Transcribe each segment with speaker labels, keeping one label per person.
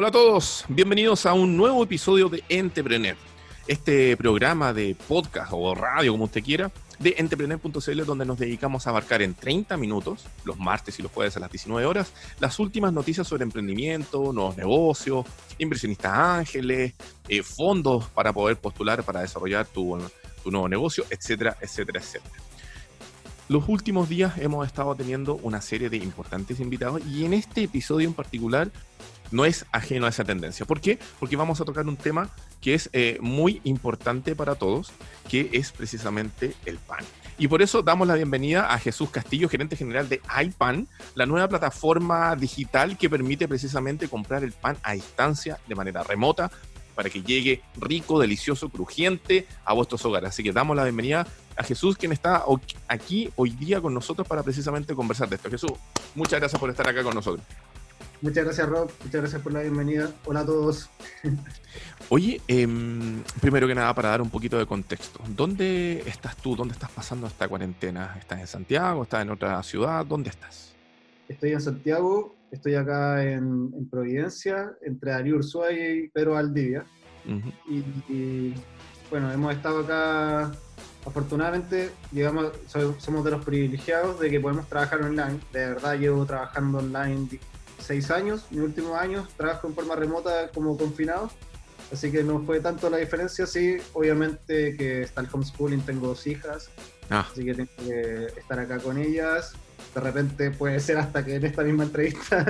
Speaker 1: Hola a todos, bienvenidos a un nuevo episodio de Entrepreneur, este programa de podcast o radio, como usted quiera, de Entrepreneur.cl, donde nos dedicamos a abarcar en 30 minutos, los martes y los jueves a las 19 horas, las últimas noticias sobre emprendimiento, nuevos negocios, inversionistas ángeles, fondos para poder postular para desarrollar tu nuevo negocio, etcétera, etcétera, etcétera. Los últimos días hemos estado teniendo una serie de importantes invitados y en este episodio en particular no es ajeno a esa tendencia. ¿Por qué? Porque vamos a tocar un tema que es muy importante para todos, que es precisamente el pan. Y por eso damos la bienvenida a Jesús Castillo, gerente general de iPan, la nueva plataforma digital que permite precisamente comprar el pan a distancia de manera remota para que llegue rico, delicioso, crujiente a vuestros hogares. Así que damos la bienvenida a Jesús, quien está aquí hoy día con nosotros para precisamente conversar de esto. Jesús, muchas gracias por estar acá con nosotros.
Speaker 2: Muchas gracias, Rob. Muchas gracias por la bienvenida. Hola a todos.
Speaker 1: Oye, primero que nada, para dar un poquito de contexto, ¿dónde estás tú? ¿Dónde estás pasando esta cuarentena? ¿Estás en Santiago? ¿Estás en otra ciudad? ¿Dónde estás?
Speaker 2: Estoy en Santiago, estoy acá en Providencia, entre Ariu Urzuay y Pedro Valdivia. Uh-huh. Y bueno, hemos estado acá, afortunadamente, digamos, somos de los privilegiados de que podemos trabajar online. De verdad, llevo trabajando online 6 años, mis últimos años trabajo en forma remota como confinado, así que no fue tanto la diferencia. Sí, obviamente que está el homeschooling, tengo 2 hijas, así que tengo que estar acá con ellas. De repente puede ser hasta que en esta misma entrevista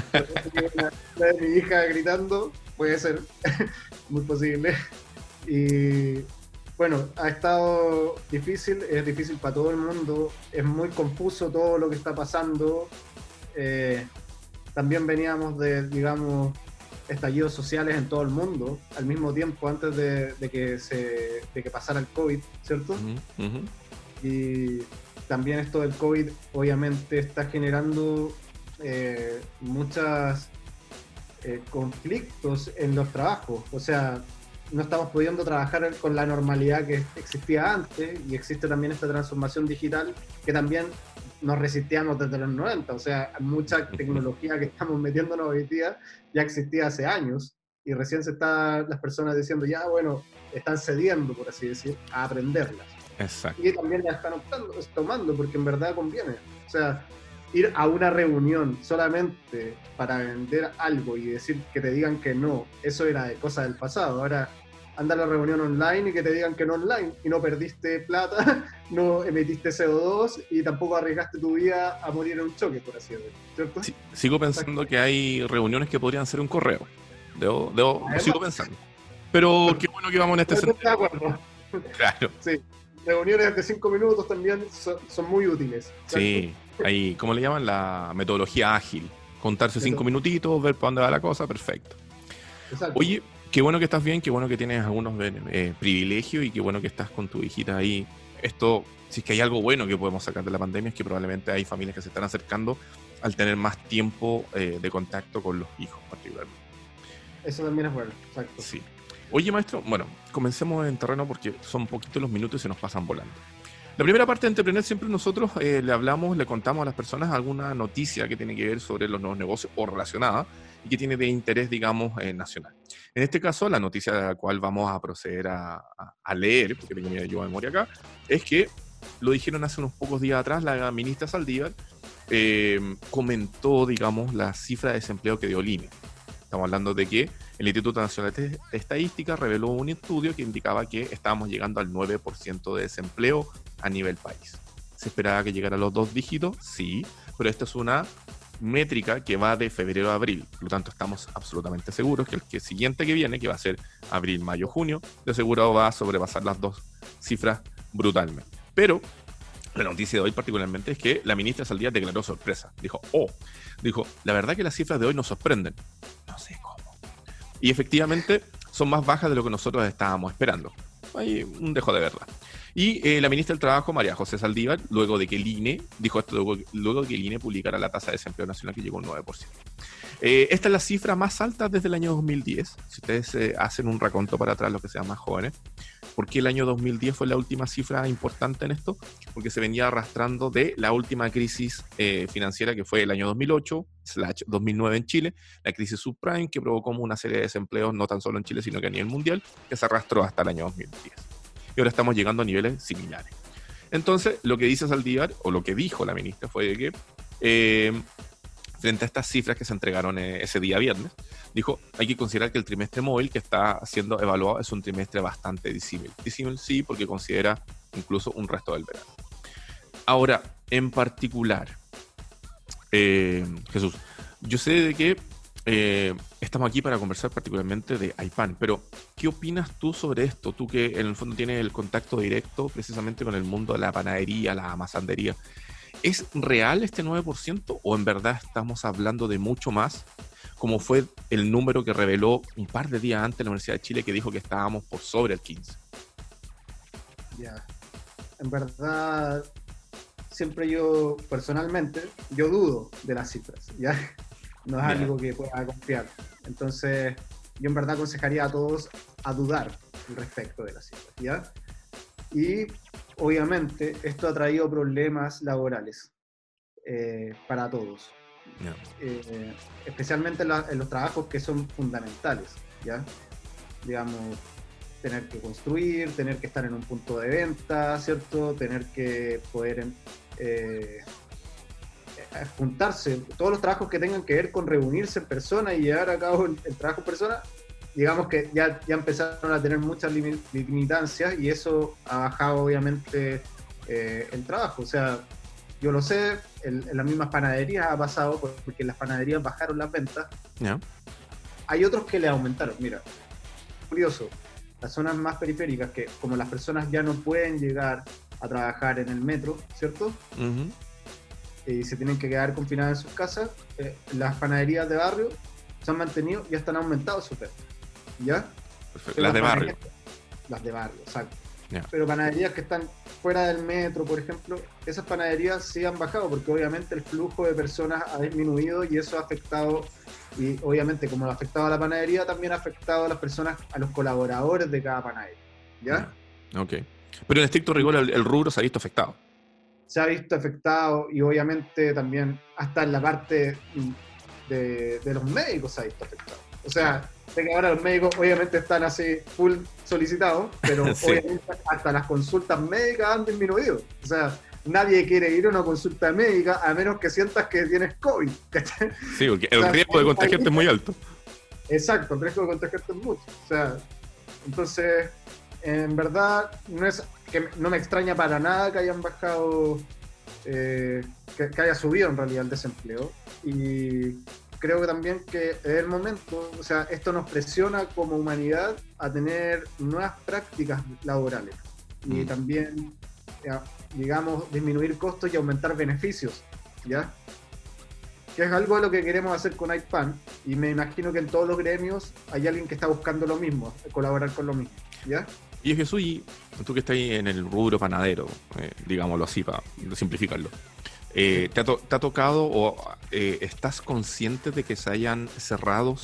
Speaker 2: la de mi hija gritando, puede ser muy posible. Y bueno, ha estado difícil, es difícil para todo el mundo, es muy confuso todo lo que está pasando. También veníamos de, digamos, estallidos sociales en todo el mundo al mismo tiempo antes de que pasara el COVID, ¿cierto? Uh-huh, uh-huh. Y también esto del COVID obviamente está generando muchos conflictos en los trabajos. O sea, no estamos pudiendo trabajar con la normalidad que existía antes, y existe también esta transformación digital que también nos resistíamos desde los 90, o sea, mucha tecnología que estamos metiéndonos hoy día ya existía hace años, y recién se están las personas diciendo, ya bueno, están cediendo, por así decir, a aprenderlas.
Speaker 1: Exacto.
Speaker 2: Y también las están tomando, porque en verdad conviene. O sea, ir a una reunión solamente para vender algo y decir que te digan que no, eso era de cosa del pasado. Ahora anda a la reunión online y que te digan que no online, y no perdiste plata, no emitiste CO2 y tampoco arriesgaste tu vida a morir en un choque, por así decirlo, ¿cierto?
Speaker 1: Sí, sigo pensando que hay reuniones que podrían ser un correo. Sigo pensando. Pero qué bueno que vamos en este sentido.
Speaker 2: De acuerdo.
Speaker 1: Claro.
Speaker 2: Sí, reuniones de 5 minutos también son muy útiles, ¿cierto?
Speaker 1: Sí, ahí, ¿cómo le llaman? La metodología ágil. Contarse 5 minutitos, ver para dónde va la cosa, perfecto.
Speaker 2: Exacto.
Speaker 1: Oye, qué bueno que estás bien, qué bueno que tienes algunos privilegios y qué bueno que estás con tu hijita ahí. Esto, si es que hay algo bueno que podemos sacar de la pandemia, es que probablemente hay familias que se están acercando al tener más tiempo de contacto con los hijos, particularmente.
Speaker 2: Eso también es bueno, exacto.
Speaker 1: Sí. Oye, maestro, bueno, comencemos en terreno porque son poquitos los minutos y se nos pasan volando. La primera parte de Entrepreneur, siempre nosotros le contamos a las personas alguna noticia que tiene que ver sobre los nuevos negocios o relacionada y que tiene de interés, digamos, nacional. En este caso, la noticia de la cual vamos a proceder a leer, porque tengo yo de memoria acá, es que lo dijeron hace unos pocos días atrás, la ministra Saldívar comentó, digamos, la cifra de desempleo que dio el INE. Estamos hablando de que el Instituto Nacional de Estadística reveló un estudio que indicaba que estábamos llegando al 9% de desempleo a nivel país. ¿Se esperaba que llegara a los 2 dígitos? Sí, pero esta es una métrica que va de febrero a abril. Por lo tanto, estamos absolutamente seguros que el siguiente que viene, que va a ser abril, mayo, junio, de seguro va a sobrepasar las 2 cifras brutalmente. Pero la noticia de hoy particularmente es que la ministra Saldívar declaró sorpresa. Dijo, la verdad que las cifras de hoy nos sorprenden. No sé cómo. Y efectivamente son más bajas de lo que nosotros estábamos esperando. Hay un dejo de verdad. Y la ministra del Trabajo, María José Saldívar, luego de que el INE, dijo esto, luego de que el INE publicara la tasa de desempleo nacional que llegó al 9%. Esta es la cifra más alta desde el año 2010. Si ustedes hacen un raconto para atrás, los que sean más jóvenes, ¿por qué el año 2010 fue la última cifra importante en esto? Porque se venía arrastrando de la última crisis financiera que fue el año 2008/2009 en Chile, la crisis subprime que provocó una serie de desempleos no tan solo en Chile, sino que a nivel mundial, que se arrastró hasta el año 2010. Y ahora estamos llegando a niveles similares. Entonces, lo que dice Saldívar, o lo que dijo la ministra, fue de que frente a estas cifras que se entregaron ese día viernes, dijo, hay que considerar que el trimestre móvil que está siendo evaluado es un trimestre bastante disímil. Disímil sí, porque considera incluso un resto del verano. Ahora, en particular, Jesús, yo sé de que estamos aquí para conversar particularmente de AIPAN, pero ¿qué opinas tú sobre esto? Tú que en el fondo tienes el contacto directo precisamente con el mundo de la panadería, la amasandería. ¿Es real este 9% o en verdad estamos hablando de mucho más? Como fue el número que reveló un par de días antes la Universidad de Chile, que dijo que estábamos por sobre el 15%.
Speaker 2: Ya, en verdad, siempre yo, personalmente, yo dudo de las cifras, ¿ya? No es algo que pueda confiar. Entonces, yo en verdad aconsejaría a todos a dudar al respecto de las cifras, ¿ya? Y, obviamente, esto ha traído problemas laborales para todos. Especialmente en los trabajos que son fundamentales, ¿ya? Digamos, tener que construir, tener que estar en un punto de venta, ¿cierto? Tener que poder juntarse, todos los trabajos que tengan que ver con reunirse en persona y llevar a cabo el trabajo en persona, digamos que ya empezaron a tener muchas limitancias y eso ha bajado obviamente el trabajo. O sea, yo lo sé, en las mismas panaderías ha pasado porque las panaderías bajaron las ventas.
Speaker 1: Yeah.
Speaker 2: Hay otros que le aumentaron. Mira, curioso, las zonas más periféricas, que como las personas ya no pueden llegar a trabajar en el metro, ¿cierto? Uh-huh. Y se tienen que quedar confinadas en sus casas, las panaderías de barrio se han mantenido y hasta han aumentado su oferta, ¿ya?
Speaker 1: Las de barrio.
Speaker 2: Las de barrio, exacto.
Speaker 1: Yeah.
Speaker 2: Pero panaderías que están fuera del metro, por ejemplo, esas panaderías sí han bajado porque obviamente el flujo de personas ha disminuido y eso ha afectado, y obviamente como ha afectado a la panadería, también ha afectado a las personas, a los colaboradores de cada panadería, ¿ya?
Speaker 1: Yeah. Ok. Pero en estricto rigor el rubro se ha visto afectado.
Speaker 2: Se ha visto afectado y obviamente también hasta en la parte de los médicos se ha visto afectado. O sea, sé que ahora los médicos obviamente están así full solicitados, pero sí, obviamente hasta las consultas médicas han disminuido. O sea, nadie quiere ir a una consulta médica a menos que sientas que tienes COVID.
Speaker 1: Sí, porque el riesgo de contagiarte es muy alto.
Speaker 2: Exacto, el riesgo de contagiarte es mucho. O sea, entonces, en verdad, no me extraña para nada que hayan bajado, que haya subido en realidad el desempleo. Y creo que también que es el momento, o sea, esto nos presiona como humanidad a tener nuevas prácticas laborales y también, digamos, disminuir costos y aumentar beneficios, ¿ya? Que es algo de lo que queremos hacer con AIPAN y me imagino que en todos los gremios hay alguien que está buscando lo mismo, colaborar con lo mismo, ¿ya?
Speaker 1: Y Jesús, y tú que estás ahí en el rubro panadero, digámoslo así para simplificarlo, ¿te ha tocado o estás consciente de que se hayan cerrado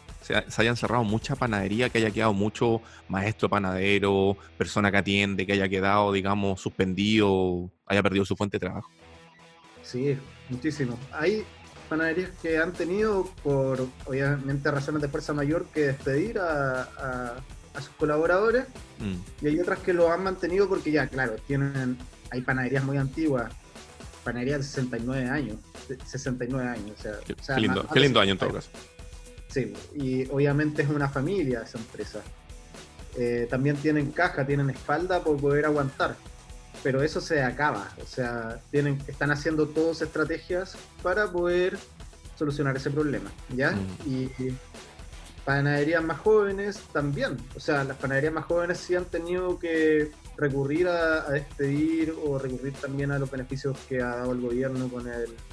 Speaker 1: mucha panadería, que haya quedado mucho maestro panadero, persona que atiende, que haya quedado, digamos, suspendido, haya perdido su fuente de trabajo?
Speaker 2: Sí, muchísimo. Hay panaderías que han tenido, por obviamente razones de fuerza mayor, que despedir a sus colaboradores, y hay otras que lo han mantenido porque ya, claro, hay panaderías muy antiguas, panaderías de 69 años, o sea,
Speaker 1: qué lindo año en todo caso.
Speaker 2: Sí, y obviamente es una familia esa empresa. También tienen caja, tienen espalda por poder aguantar, pero eso se acaba, o sea, están haciendo todas estrategias para poder solucionar ese problema, ¿ya? Y panaderías más jóvenes también, o sea, las panaderías más jóvenes sí han tenido que recurrir a despedir o recurrir también a los beneficios que ha dado el gobierno con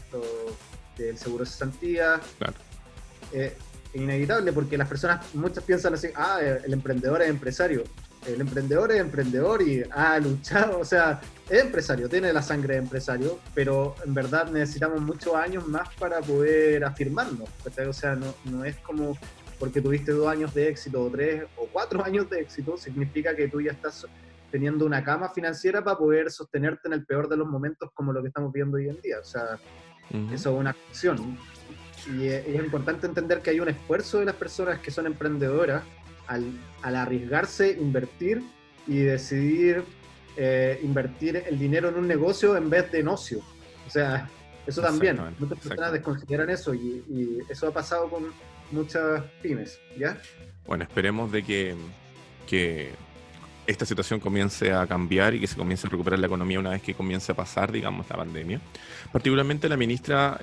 Speaker 2: el seguro de cesantía.
Speaker 1: Claro.
Speaker 2: Es inevitable porque las personas, muchas piensan así, el emprendedor es empresario. el emprendedor es emprendedor y ha luchado, o sea, es empresario, tiene la sangre de empresario, pero en verdad necesitamos muchos años más para poder afirmarnos. O sea, no es como porque tuviste 2 años de éxito, o 3 o 4 años de éxito, significa que tú ya estás teniendo una cama financiera para poder sostenerte en el peor de los momentos como lo que estamos viendo hoy en día. O sea, eso es una acción. Y es importante entender que hay un esfuerzo de las personas que son emprendedoras al arriesgarse, invertir y decidir invertir el dinero en un negocio en vez de en ocio. O sea, eso también. Muchas personas desconsideran eso y eso ha pasado con muchas pymes, ¿ya?
Speaker 1: Bueno, esperemos de que esta situación comience a cambiar y que se comience a recuperar la economía una vez que comience a pasar, digamos, la pandemia. Particularmente la ministra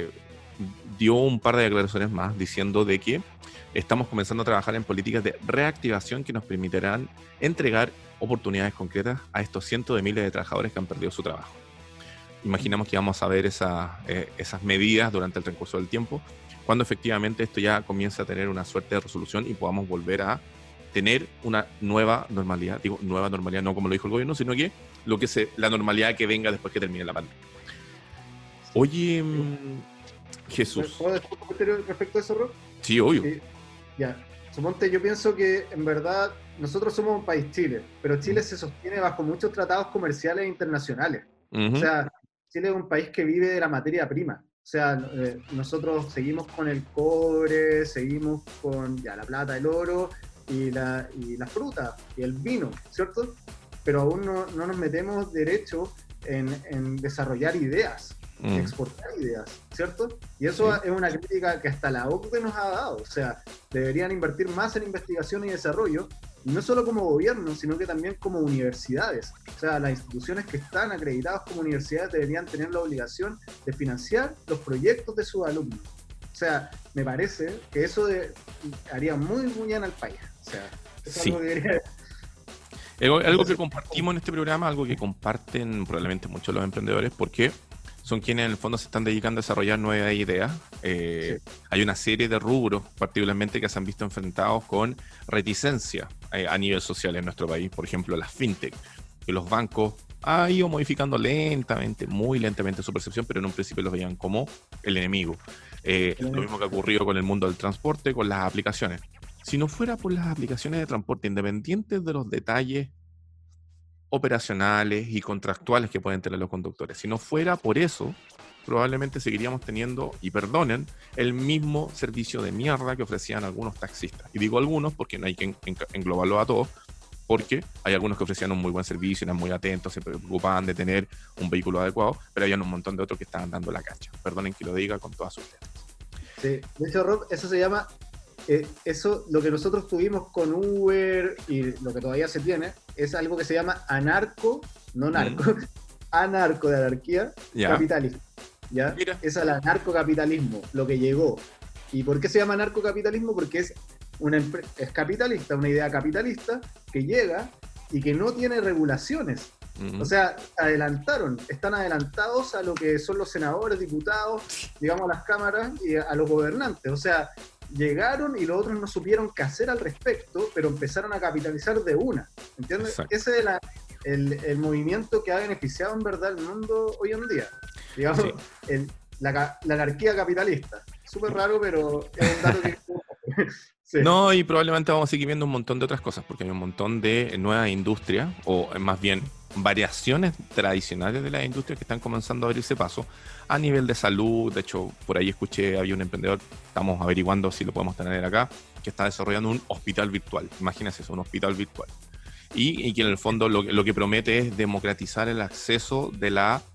Speaker 1: dio un par de declaraciones más diciendo de que estamos comenzando a trabajar en políticas de reactivación que nos permitirán entregar oportunidades concretas a estos cientos de miles de trabajadores que han perdido su trabajo. Imaginamos que vamos a ver esas medidas durante el transcurso del tiempo, cuando efectivamente esto ya comience a tener una suerte de resolución y podamos volver a tener una nueva normalidad. Digo, nueva normalidad no como lo dijo el gobierno, sino que la normalidad que venga después que termine la pandemia. Oye, Jesús.
Speaker 2: ¿Puedo decir un comentario respecto a eso, Rob?
Speaker 1: Sí, obvio.
Speaker 2: Ya, suponte, yo pienso que en verdad nosotros somos un país, Chile, pero Chile se sostiene bajo muchos tratados comerciales internacionales. O sea, Chile es un país que vive de la materia prima. O sea, nosotros seguimos con el cobre, seguimos con la plata, el oro y la fruta y el vino, ¿cierto? Pero aún no nos metemos derecho en desarrollar ideas, exportar ideas, ¿cierto? Y eso es una crítica que hasta la OCDE nos ha dado. O sea, deberían invertir más en investigación y desarrollo, y no solo como gobierno, sino que también como universidades. O sea, las instituciones que están acreditadas como universidades deberían tener la obligación de financiar los proyectos de sus alumnos. O sea, me parece que eso haría muy bien al país. O sea, eso es algo que debería...
Speaker 1: Algo que compartimos en este programa, algo que comparten probablemente muchos los emprendedores, porque son quienes en el fondo se están dedicando a desarrollar nuevas ideas. Hay una serie de rubros, particularmente, que se han visto enfrentados con reticencia a nivel social en nuestro país. Por ejemplo, las fintech, que los bancos han ido modificando muy lentamente su percepción, pero en un principio los veían como el enemigo. Lo mismo que ha ocurrido con el mundo del transporte, con las aplicaciones. Si no fuera por las aplicaciones de transporte, independientes de los detalles operacionales y contractuales que pueden tener los conductores, si no fuera por eso, probablemente seguiríamos teniendo, y perdonen, el mismo servicio de mierda que ofrecían algunos taxistas. Y digo algunos porque no hay que englobarlo a todos, porque hay algunos que ofrecían un muy buen servicio, eran muy atentos, se preocupaban de tener un vehículo adecuado, pero había un montón de otros que estaban dando la cacha. Perdonen que lo diga con todas sus letras.
Speaker 2: Sí, de hecho, Rob, eso se llama... lo que nosotros tuvimos con Uber y lo que todavía se tiene es algo que se llama anarco, no narco, anarco de anarquía capitalista. ¿Ya? Es el anarcocapitalismo, lo que llegó. ¿Y por qué se llama anarcocapitalismo? Porque es capitalista, una idea capitalista que llega y que no tiene regulaciones. O sea, están adelantados a lo que son los senadores, diputados, digamos, a las cámaras y a los gobernantes. O sea, llegaron y los otros no supieron qué hacer al respecto, pero empezaron a capitalizar de una, ¿entiendes? Exacto. Ese es el movimiento que ha beneficiado en verdad el mundo hoy en día, digamos, la anarquía capitalista. Súper raro, pero es un dato que... Sí.
Speaker 1: No, y probablemente vamos a seguir viendo un montón de otras cosas, porque hay un montón de nuevas industrias, o más bien variaciones tradicionales de las industrias que están comenzando a abrirse paso a nivel de salud. De hecho, por ahí escuché, había un emprendedor, estamos averiguando si lo podemos tener acá, que está desarrollando un hospital virtual. Imagínense eso, un hospital virtual. Y que en el fondo lo que promete es democratizar el acceso de la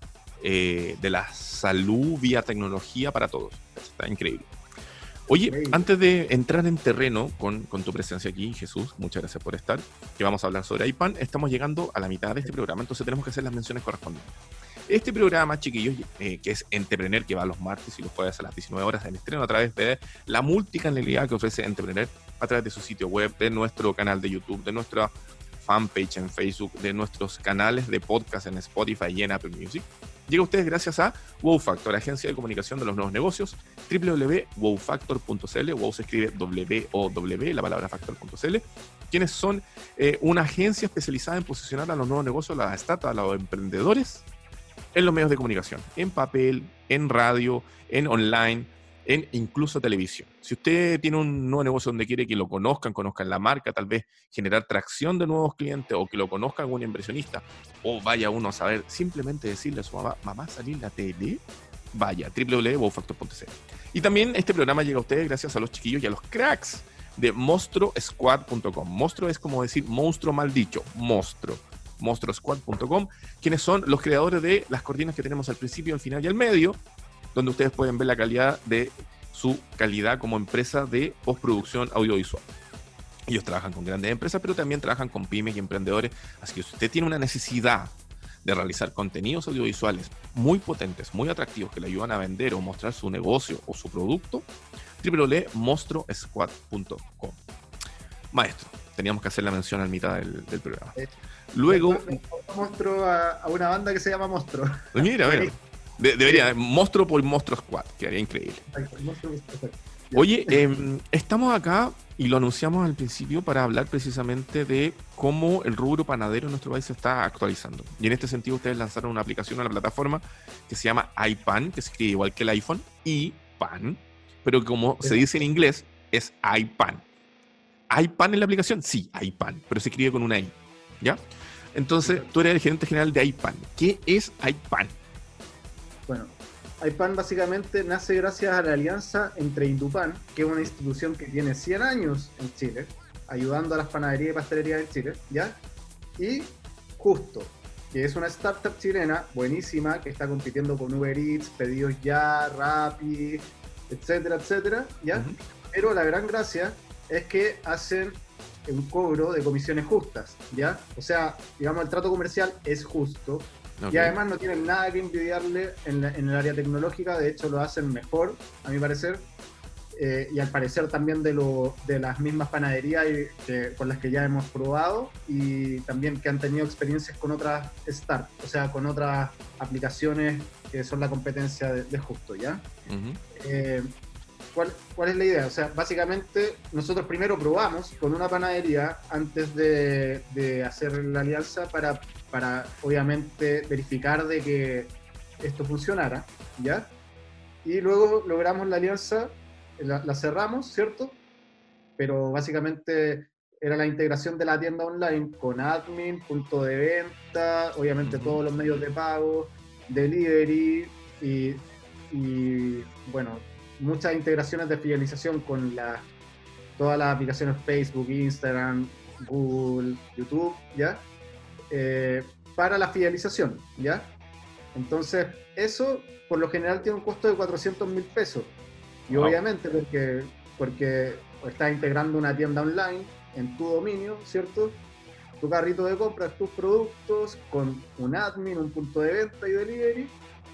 Speaker 1: salud vía tecnología para todos. Está increíble. Oye, antes de entrar en terreno con tu presencia aquí, Jesús, muchas gracias por estar, que vamos a hablar sobre iPan. Estamos llegando a la mitad de este programa, entonces tenemos que hacer las menciones correspondientes. Este programa, chiquillos, que es Entrepreneur, que va los martes y los jueves a las 19 horas en estreno a través de la multicanalidad que ofrece Entrepreneur, a través de su sitio web, de nuestro canal de YouTube, de nuestra fanpage en Facebook, de nuestros canales de podcast en Spotify y en Apple Music. llega a ustedes gracias a Wow Factor, agencia de comunicación de los nuevos negocios, www.wowfactor.cl. Wow se escribe W-O-W, la palabra factor.cl, quienes son una agencia especializada en posicionar a los nuevos negocios, a las startups, a los emprendedores en los medios de comunicación, en papel, en radio, en online, en incluso televisión. Si usted tiene un nuevo negocio donde quiere que lo conozcan la marca, tal vez generar tracción de nuevos clientes o que lo conozca algún inversionista, o vaya uno a saber, simplemente decirle a su mamá salir en la tele, vaya, www.wowfactor.cl. Y también este programa llega a ustedes gracias a los chiquillos y a los cracks de monstruosquad.com. Monstruo es como decir monstruo mal dicho, monstruosquad.com, quienes son los creadores de las cortinas que tenemos al principio, al final y al medio, donde ustedes pueden ver la calidad de su calidad como empresa de postproducción audiovisual. Ellos trabajan con grandes empresas, pero también trabajan con pymes y emprendedores. Así que si usted tiene una necesidad de realizar contenidos audiovisuales muy potentes, muy atractivos, que le ayudan a vender o mostrar su negocio o su producto, www.monstruosquad.com. Maestro, teníamos que hacer la mención al mitad del programa. Luego...
Speaker 2: Monstruo a una banda que se llama Monstruo.
Speaker 1: Mira. Debería, Monstruo por Monstruo Squad, quedaría increíble. Oye, estamos acá y lo anunciamos al principio para hablar precisamente de cómo el rubro panadero en nuestro país se está actualizando. Y en este sentido ustedes lanzaron una aplicación, una plataforma que se llama iPan, que se escribe igual que el iPhone, iPan, pero como se dice en inglés, es iPan. ¿iPan en la aplicación? Sí, iPan, pero se escribe con una I, ¿ya? Entonces, tú eres el gerente general de iPan. ¿Qué es iPan?
Speaker 2: Bueno, iPan básicamente nace gracias a la alianza entre Indupan, que es una institución que tiene 100 años en Chile, ayudando a las panaderías y pastelerías en Chile, ¿ya? Y Justo, que es una startup chilena buenísima que está compitiendo con Uber Eats, Pedidos Ya, Rappi, etcétera, etcétera, ¿ya? Uh-huh. Pero la gran gracia es que hacen un cobro de comisiones justas, ¿ya? O sea, digamos, el trato comercial es justo. Okay. Y además no tienen nada que envidiarle en el área tecnológica, de hecho lo hacen mejor, a mi parecer, y al parecer también de las mismas panaderías con las que ya hemos probado, y también que han tenido experiencias con otras startups, o sea, con otras aplicaciones que son la competencia de Justo, ¿ya? Uh-huh. ¿Cuál es la idea? O sea, básicamente nosotros primero probamos con una panadería antes de hacer la alianza para obviamente verificar de que esto funcionara, ¿ya? Y luego logramos la alianza, la cerramos, ¿cierto? Pero básicamente era la integración de la tienda online con admin, punto de venta, obviamente uh-huh. todos los medios de pago, delivery y bueno, muchas integraciones de fidelización con todas las aplicaciones Facebook, Instagram, Google, YouTube, ¿ya? Para la fidelización, ¿ya? Entonces, eso por lo general tiene un costo de 400.000 pesos. Y wow. Obviamente porque estás integrando una tienda online en tu dominio, ¿cierto? Tu carrito de compras, tus productos, con un admin, un punto de venta y delivery,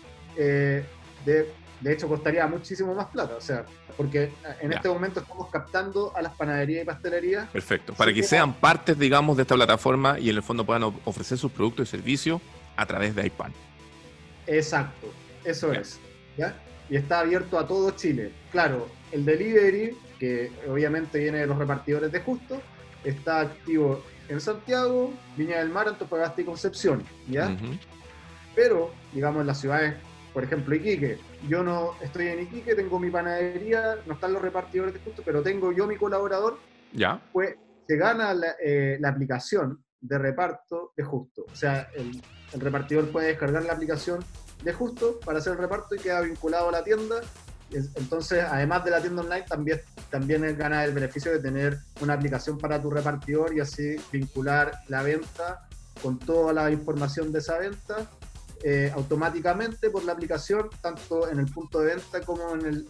Speaker 2: de hecho costaría muchísimo más plata, o sea, porque en este momento estamos captando a las panaderías y pastelerías.
Speaker 1: Perfecto, para que sean partes, digamos, de esta plataforma y en el fondo puedan ofrecer sus productos y servicios a través de iPan.
Speaker 2: Exacto, eso es, ¿ya? Y está abierto a todo Chile. Claro, el delivery, que obviamente viene de los repartidores de Justo, está activo en Santiago, Viña del Mar, Antofagasta y Concepción, ¿ya? Uh-huh. Pero, digamos, en las ciudades, por ejemplo, Iquique. Yo no estoy en Iquique, tengo mi panadería, no están los repartidores de Justo, pero tengo yo mi colaborador.
Speaker 1: Ya.
Speaker 2: Pues se gana la aplicación de reparto de Justo. O sea, el repartidor puede descargar la aplicación de Justo para hacer el reparto y queda vinculado a la tienda. Entonces, además de la tienda online, también gana el beneficio de tener una aplicación para tu repartidor y así vincular la venta con toda la información de esa venta. Automáticamente por la aplicación, tanto en el punto de venta como en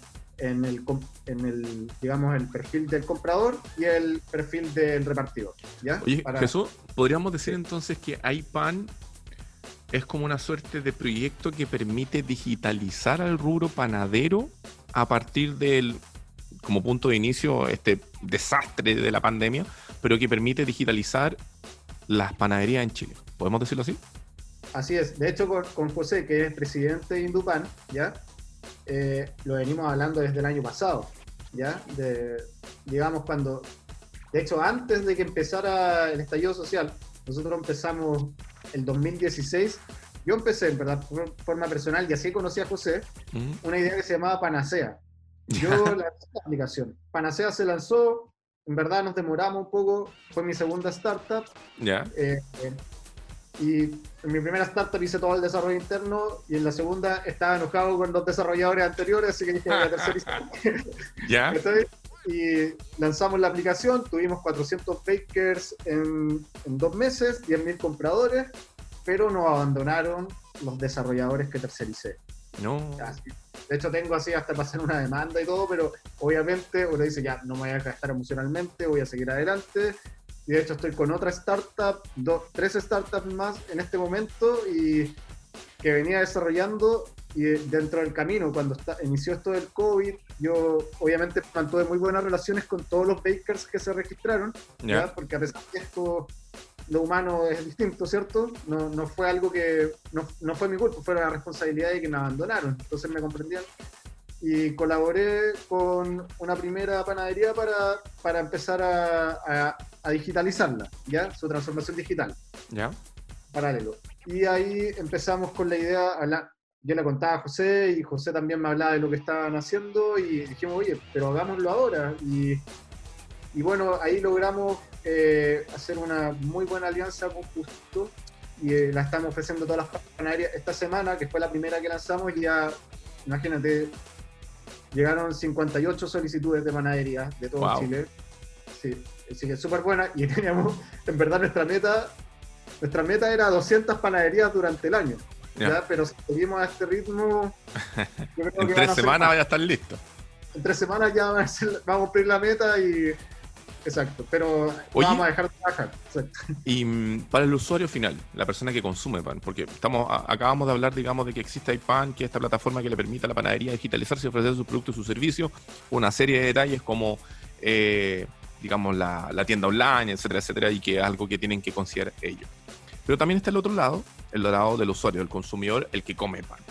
Speaker 2: el digamos, el perfil del comprador y el perfil del repartidor, ¿ya?
Speaker 1: Oye, Jesús, ¿podríamos decir entonces que iPan es como una suerte de proyecto que permite digitalizar al rubro panadero a partir del, como punto de inicio, este desastre de la pandemia, pero que permite digitalizar las panaderías en Chile? ¿Podemos decirlo así?
Speaker 2: Así es. De hecho, con José, que es presidente de Indupan, ¿ya? Lo venimos hablando desde el año pasado, ¿ya? Digamos, de hecho, antes de que empezara el estallido social, nosotros empezamos el 2016. Yo empecé, en verdad, por forma personal, y así conocí a José, una idea que se llamaba Panacea. Yo lancé la aplicación. Panacea se lanzó, en verdad nos demoramos un poco, fue mi segunda startup.
Speaker 1: Ya.
Speaker 2: Y en mi primera startup hice todo el desarrollo interno, y en la segunda estaba enojado con los desarrolladores anteriores, así que dije, voy a tercerizar.
Speaker 1: Ya.
Speaker 2: Y lanzamos la aplicación, tuvimos 400 bakers en 2 meses, 10.000 compradores, pero nos abandonaron los desarrolladores que tercericé.
Speaker 1: No.
Speaker 2: De hecho, tengo así hasta pasar una demanda y todo, pero obviamente uno dice, ya, no me voy a gastar emocionalmente, voy a seguir adelante. Y de hecho estoy con otra startup, 3 startups más en este momento, y que venía desarrollando, y dentro del camino, cuando inició esto del COVID, yo obviamente mantuve muy buenas relaciones con todos los bakers que se registraron, ¿ya? Porque a pesar de esto, lo humano es distinto, ¿cierto? No fue algo que, no fue mi culpa, fue la responsabilidad de que me abandonaron, entonces me comprendían. Y colaboré con una primera panadería para empezar a digitalizarla, ¿ya? Su transformación digital.
Speaker 1: ¿Ya?
Speaker 2: Paralelo. Y ahí empezamos con la idea, yo le contaba a José, y José también me hablaba de lo que estaban haciendo, y dijimos, oye, pero hagámoslo ahora. Y bueno, ahí logramos hacer una muy buena alianza con Justo, y la estamos ofreciendo a todas las panaderías. Esta semana, que fue la primera que lanzamos, ya, imagínate, llegaron 58 solicitudes de panadería de todo Chile. Sí, así que es súper buena, y teníamos, en verdad, nuestra meta era 200 panaderías durante el año. ¿Ya? Pero si seguimos a este ritmo, yo creo
Speaker 1: en
Speaker 2: que
Speaker 1: 3 semanas vaya a estar listo.
Speaker 2: En 3 semanas ya vamos a cumplir la meta y... Exacto, pero vamos a dejar de trabajar. Exacto.
Speaker 1: Y para el usuario final, la persona que consume pan, porque acabamos de hablar, digamos, de que existe iPan, que es esta plataforma que le permite a la panadería digitalizarse y ofrecer sus productos y sus servicios, una serie de detalles como, digamos, la tienda online, etcétera, etcétera, y que es algo que tienen que considerar ellos. Pero también está el otro lado, el lado del usuario, del consumidor, el que come pan.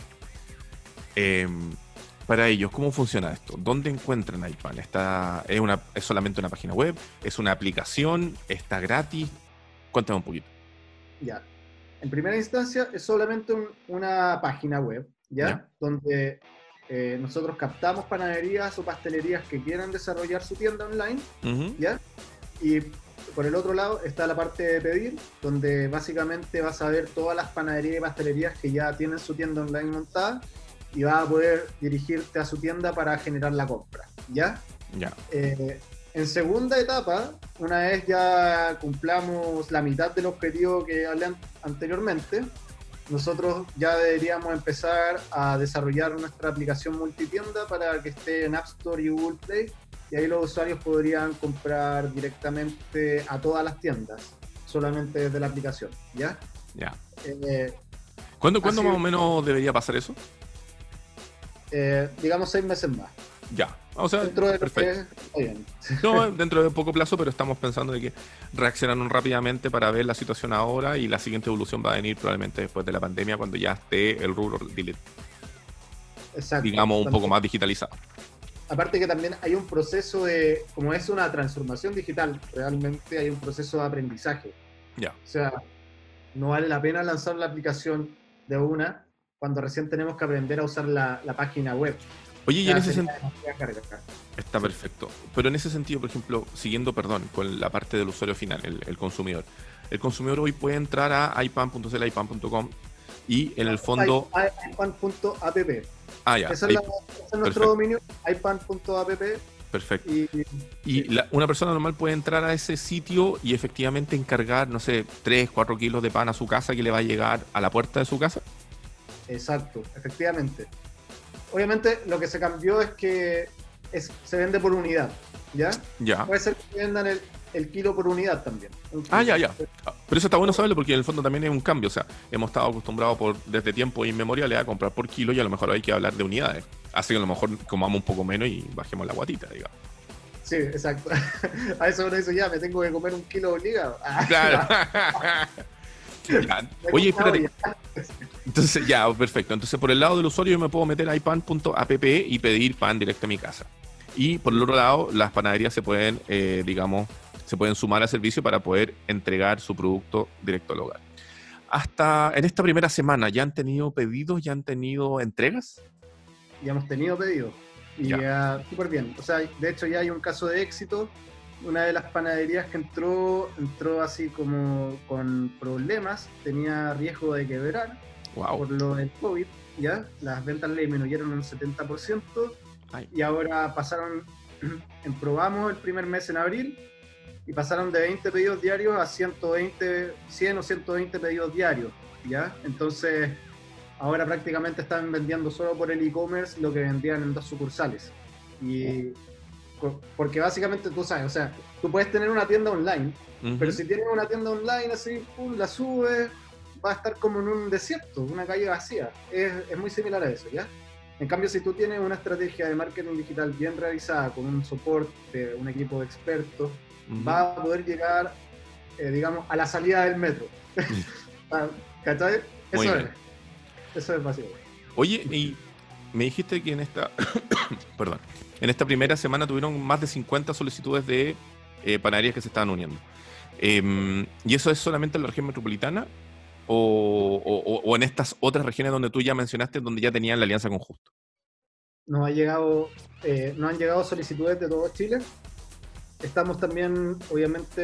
Speaker 1: Para ellos, ¿cómo funciona esto? ¿Dónde encuentran iPan? ¿Es solamente una página web? ¿Es una aplicación? ¿Está gratis? Cuéntame un poquito.
Speaker 2: Ya. En primera instancia, es solamente una página web, ¿ya? Donde nosotros captamos panaderías o pastelerías que quieran desarrollar su tienda online, ¿ya? Y por el otro lado está la parte de pedir, donde básicamente vas a ver todas las panaderías y pastelerías que ya tienen su tienda online montada, y vas a poder dirigirte a su tienda para generar la compra, ¿ya?
Speaker 1: Ya.
Speaker 2: En segunda etapa, una vez ya cumplamos la mitad del objetivo que hablé anteriormente, nosotros ya deberíamos empezar a desarrollar nuestra aplicación multitienda para que esté en App Store y Google Play, y ahí los usuarios podrían comprar directamente a todas las tiendas, solamente desde la aplicación, ¿ya?
Speaker 1: Ya. ¿Cuándo más o menos debería pasar eso?
Speaker 2: Digamos 6 meses más.
Speaker 1: Ya, o sea,
Speaker 2: dentro de
Speaker 1: perfecto. No, dentro de poco plazo, pero estamos pensando de que reaccionaron rápidamente para ver la situación ahora, y la siguiente evolución va a venir probablemente después de la pandemia, cuando ya esté el rubro, digamos, un poco más digitalizado.
Speaker 2: Aparte que también hay un proceso como es una transformación digital, realmente hay un proceso de aprendizaje.
Speaker 1: Ya.
Speaker 2: O sea, no vale la pena lanzar la aplicación de una cuando recién tenemos que aprender a usar la página web.
Speaker 1: Oye, y en ese sentido... Está perfecto. Pero en ese sentido, por ejemplo, siguiendo, con la parte del usuario final, el consumidor. El consumidor hoy puede entrar a ipan.cl, ipan.com, y en el fondo...
Speaker 2: ipan.app.
Speaker 1: Ya.
Speaker 2: Ese es nuestro dominio, ipan.app.
Speaker 1: Perfecto. Una persona normal puede entrar a ese sitio y efectivamente encargar, no sé, 3, 4 kilos de pan a su casa, que le va a llegar a la puerta de su casa.
Speaker 2: Exacto, efectivamente. Obviamente lo que se cambió es que se vende por unidad, ¿ya?
Speaker 1: Ya.
Speaker 2: Puede ser que vendan el kilo por unidad también.
Speaker 1: Ya. Pero eso está bueno saberlo, porque en el fondo también es un cambio. O sea, hemos estado acostumbrados desde tiempo inmemoriales a comprar por kilo, y a lo mejor hay que hablar de unidades. Así que a lo mejor comamos un poco menos y bajemos la guatita, digamos.
Speaker 2: Sí, exacto. A eso uno dice, ya, me tengo que comer 1 kilo obligado.
Speaker 1: Claro. Ya. Oye, espérate. Entonces, ya, perfecto. Entonces, por el lado del usuario, yo me puedo meter a ipan.app y pedir pan directo a mi casa. Y por el otro lado, las panaderías se pueden, se pueden sumar al servicio para poder entregar su producto directo al hogar. Hasta en esta primera semana, ¿ya han tenido pedidos? ¿Ya han tenido entregas?
Speaker 2: Ya hemos tenido pedidos. Y ya súper bien. O sea, de hecho ya hay un caso de éxito. Una de las panaderías que entró así como con problemas, tenía riesgo de quebrar por lo del COVID, ¿ya? Las ventas le disminuyeron un 70%. Ay. Y ahora probamos el primer mes en abril y pasaron de 20 pedidos diarios a 100 o 120 pedidos diarios, ¿ya? Entonces, ahora prácticamente están vendiendo solo por el e-commerce lo que vendían en 2 sucursales. Y porque básicamente tú sabes, o sea, tú puedes tener una tienda online, pero si tienes una tienda online así, la subes, va a estar como en un desierto, una calle vacía. Es muy similar a eso, ¿ya? En cambio, si tú tienes una estrategia de marketing digital bien realizada, con un soporte, un equipo de expertos, va a poder llegar, digamos, a la salida del metro. ¿Cachai? Eso es básico.
Speaker 1: Oye, y me dijiste que en esta perdón, en esta primera semana tuvieron más de 50 solicitudes de panaderías que se estaban uniendo. ¿Y eso es solamente en la región metropolitana o en estas otras regiones donde tú ya mencionaste, donde ya tenían la alianza con Justo?
Speaker 2: Nos han llegado solicitudes de todo Chile. Estamos también, obviamente,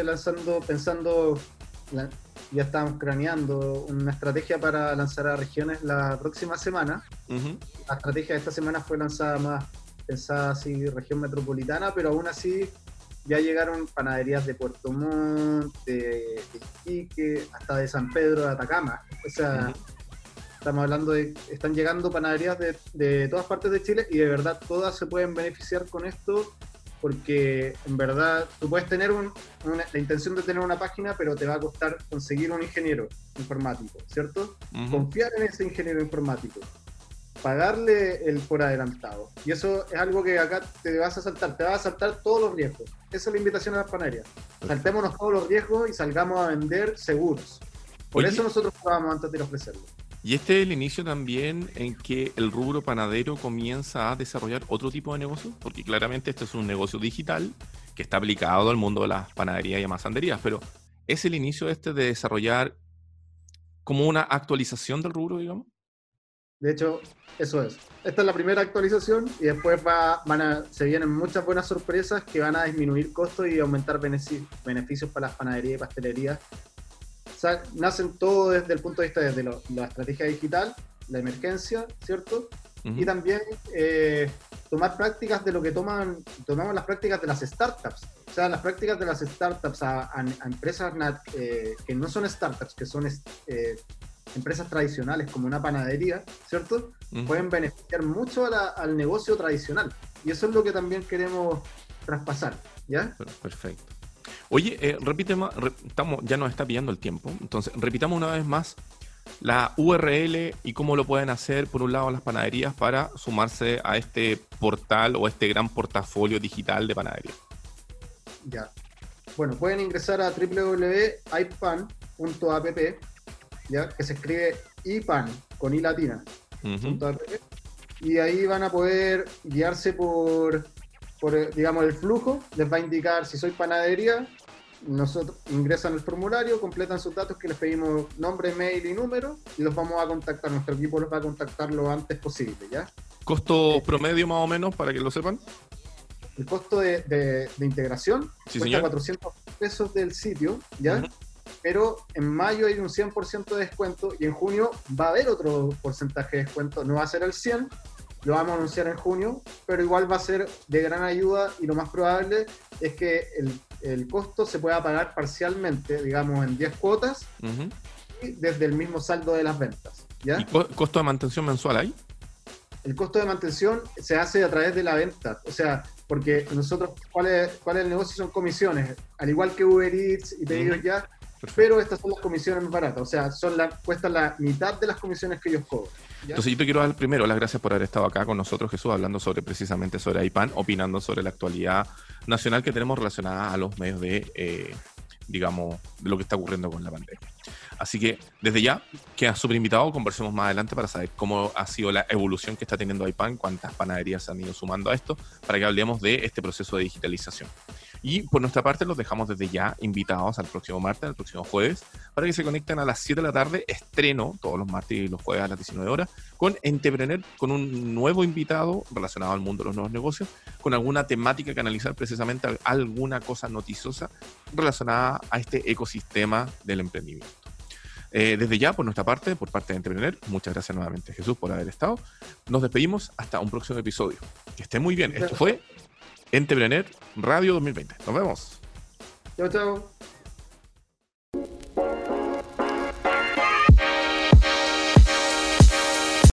Speaker 2: ya estamos craneando una estrategia para lanzar a regiones la próxima semana. La estrategia de esta semana fue pensada así, región metropolitana, pero aún así ya llegaron panaderías de Puerto Montt, de Iquique, hasta de San Pedro de Atacama. O sea, estamos hablando están llegando panaderías de todas partes de Chile y de verdad todas se pueden beneficiar con esto, porque en verdad tú puedes tener la intención de tener una página, pero te va a costar conseguir un ingeniero informático, ¿cierto? Confiar en ese ingeniero informático, pagarle el por adelantado. Y eso es algo que acá te vas a saltar todos los riesgos. Esa es la invitación a las panaderías. Saltémonos todos los riesgos y salgamos a vender seguros. Por eso nosotros probamos antes de ofrecerlo.
Speaker 1: Y este es el inicio también en que el rubro panadero comienza a desarrollar otro tipo de negocio, porque claramente este es un negocio digital que está aplicado al mundo de las panaderías y amasanderías, pero ¿es el inicio de desarrollar como una actualización del rubro, digamos?
Speaker 2: De hecho, eso es. Esta es la primera actualización y después se vienen muchas buenas sorpresas que van a disminuir costos y aumentar beneficios para las panaderías y pastelerías. O sea, nacen todo desde el punto de vista de la estrategia digital, la emergencia, ¿cierto? Y también tomar prácticas de lo que tomamos las prácticas de las startups. O sea, las prácticas de las startups a empresas que no son startups, que son empresas tradicionales como una panadería, ¿cierto? Pueden beneficiar mucho al negocio tradicional. Y eso es lo que también queremos traspasar, ¿ya?
Speaker 1: Perfecto. Oye, ya nos está pillando el tiempo, entonces repitamos una vez más la URL y cómo lo pueden hacer, por un lado, las panaderías para sumarse a este portal o este gran portafolio digital de panadería.
Speaker 2: Ya. Bueno, pueden ingresar a www.ipan.app, ¿ya? Que se escribe ipan con i latina, .app, y ahí van a poder guiarse por digamos, el flujo. Les va a indicar si soy panadería, ingresan el formulario, completan sus datos que les pedimos, nombre, mail y número, y los vamos a contactar. Nuestro equipo los va a contactar lo antes posible, ¿ya?
Speaker 1: ¿Costo promedio más o menos, para que lo sepan?
Speaker 2: El costo de integración cuesta, señor, 400 pesos del sitio, ¿ya? Pero en mayo hay un 100% de descuento y en junio va a haber otro porcentaje de descuento. No va a ser el 100%, lo vamos a anunciar en junio, pero igual va a ser de gran ayuda y lo más probable es que el costo se pueda pagar parcialmente, digamos en 10 cuotas, y desde el mismo saldo de las ventas, ¿ya?
Speaker 1: ¿Y costo de mantención mensual hay?
Speaker 2: El costo de mantención se hace a través de la venta, o sea, porque nosotros, ¿cuál es el negocio? Son comisiones, al igual que Uber Eats y Pedidos Ya. Perfecto. Pero estas son las comisiones más baratas, o sea, cuestan la mitad de las comisiones que ellos cobran, ¿ya?
Speaker 1: Entonces yo te quiero dar primero las gracias por haber estado acá con nosotros, Jesús, hablando precisamente sobre iPan, opinando sobre la actualidad nacional que tenemos relacionada a los medios digamos, de lo que está ocurriendo con la pandemia. Así que desde ya queda súper invitado, conversemos más adelante para saber cómo ha sido la evolución que está teniendo iPan, cuántas panaderías se han ido sumando a esto, para que hablemos de este proceso de digitalización. Y por nuestra parte los dejamos desde ya invitados al próximo martes, al próximo jueves, para que se conecten a las 7 de la tarde, estreno todos los martes y los jueves a las 19 horas, con Entrepreneur, con un nuevo invitado relacionado al mundo de los nuevos negocios, con alguna temática que analizar, precisamente alguna cosa noticiosa relacionada a este ecosistema del emprendimiento. Desde ya, por nuestra parte, por parte de Entrepreneur, muchas gracias nuevamente, Jesús, por haber estado. Nos despedimos hasta un próximo episodio. Que estén muy bien. Esto fue Entrepreneur Radio 2020. Nos vemos.
Speaker 2: Chao, chao.